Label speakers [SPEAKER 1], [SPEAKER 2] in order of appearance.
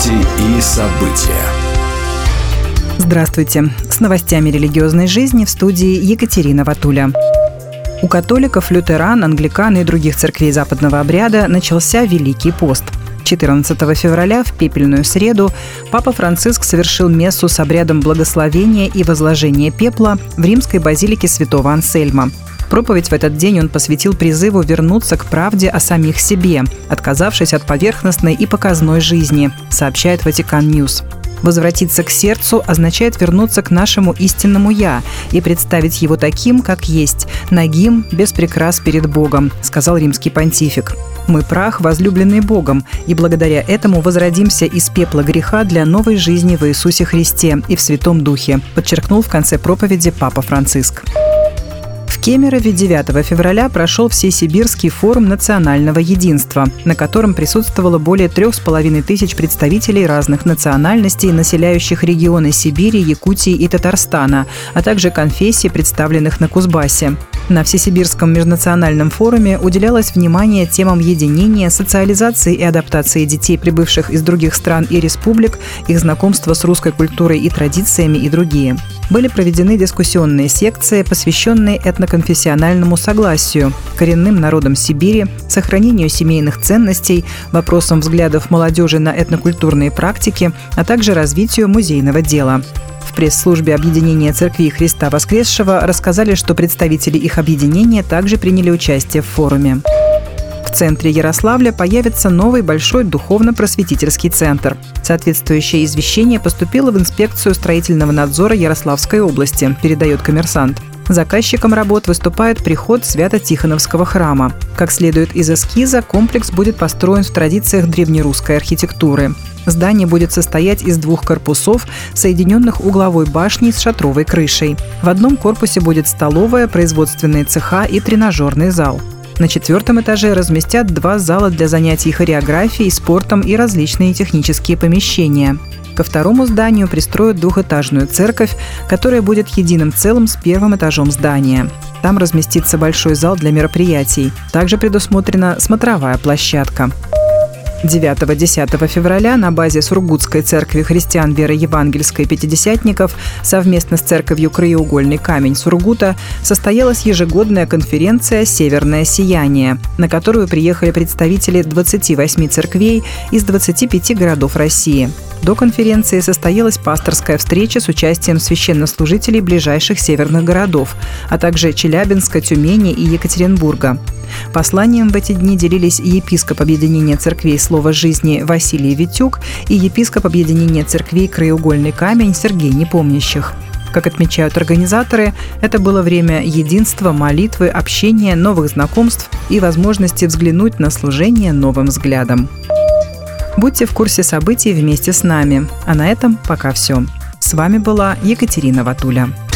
[SPEAKER 1] Новости и события.
[SPEAKER 2] Здравствуйте. С новостями религиозной жизни в студии Екатерина Ватуля. У католиков, лютеран, англикан и других церквей западного обряда начался Великий пост. 14 февраля, в пепельную среду, Папа Франциск совершил мессу с обрядом благословения и возложения пепла в римской базилике святого Ансельма. Проповедь в этот день он посвятил призыву вернуться к правде о самих себе, отказавшись от поверхностной и показной жизни, сообщает Ватикан Ньюс. Возвратиться к сердцу означает вернуться к нашему истинному «я» и представить его таким, как есть, нагим, без прикрас перед Богом, сказал римский понтифик. «Мы прах, возлюбленный Богом, и благодаря этому возродимся из пепла греха для новой жизни в Иисусе Христе и в Святом Духе», подчеркнул в конце проповеди Папа Франциск. В Кемерове 9 февраля прошел Всесибирский форум национального единства, на котором присутствовало более 3500 представителей разных национальностей, населяющих регионы Сибири, Якутии и Татарстана, а также конфессий, представленных на Кузбассе. На Всесибирском межнациональном форуме уделялось внимание темам единения, социализации и адаптации детей, прибывших из других стран и республик, их знакомства с русской культурой и традициями и другие. Были проведены дискуссионные секции, посвященные этноконфессиональному согласию, коренным народам Сибири, сохранению семейных ценностей, вопросам взглядов молодежи на этнокультурные практики, а также развитию музейного дела. В пресс-службе Объединения Церквей Христа Воскресшего рассказали, что представители их объединения также приняли участие в форуме. В центре Ярославля появится новый большой духовно-просветительский центр. Соответствующее извещение поступило в инспекцию строительного надзора Ярославской области, передает «Коммерсант». Заказчиком работ выступает приход Свято-Тихоновского храма. Как следует из эскиза, комплекс будет построен в традициях древнерусской архитектуры. Здание будет состоять из 2 корпусов, соединенных угловой башней с шатровой крышей. В одном корпусе будет столовая, производственные цеха и тренажерный зал. На 4 этаже разместят 2 зала для занятий хореографией, спортом и различные технические помещения. Ко второму зданию пристроят 2-этажную церковь, которая будет единым целым с 1 этажом здания. Там разместится большой зал для мероприятий. Также предусмотрена смотровая площадка. 9-10 февраля на базе Сургутской церкви христиан веры евангельской пятидесятников совместно с церковью «Краеугольный камень» Сургута состоялась ежегодная конференция «Северное сияние», на которую приехали представители 28 церквей из 25 городов России. До конференции состоялась пасторская встреча с участием священнослужителей ближайших северных городов, а также Челябинска, Тюмени и Екатеринбурга. Посланием в эти дни делились епископ Объединения церквей Слово жизни Василий Витюк и епископ Объединения церквей Краеугольный камень Сергей Непомнящих. Как отмечают организаторы, это было время единства, молитвы, общения, новых знакомств и возможности взглянуть на служение новым взглядом. Будьте в курсе событий вместе с нами. А на этом пока все. С вами была Екатерина Ватуля.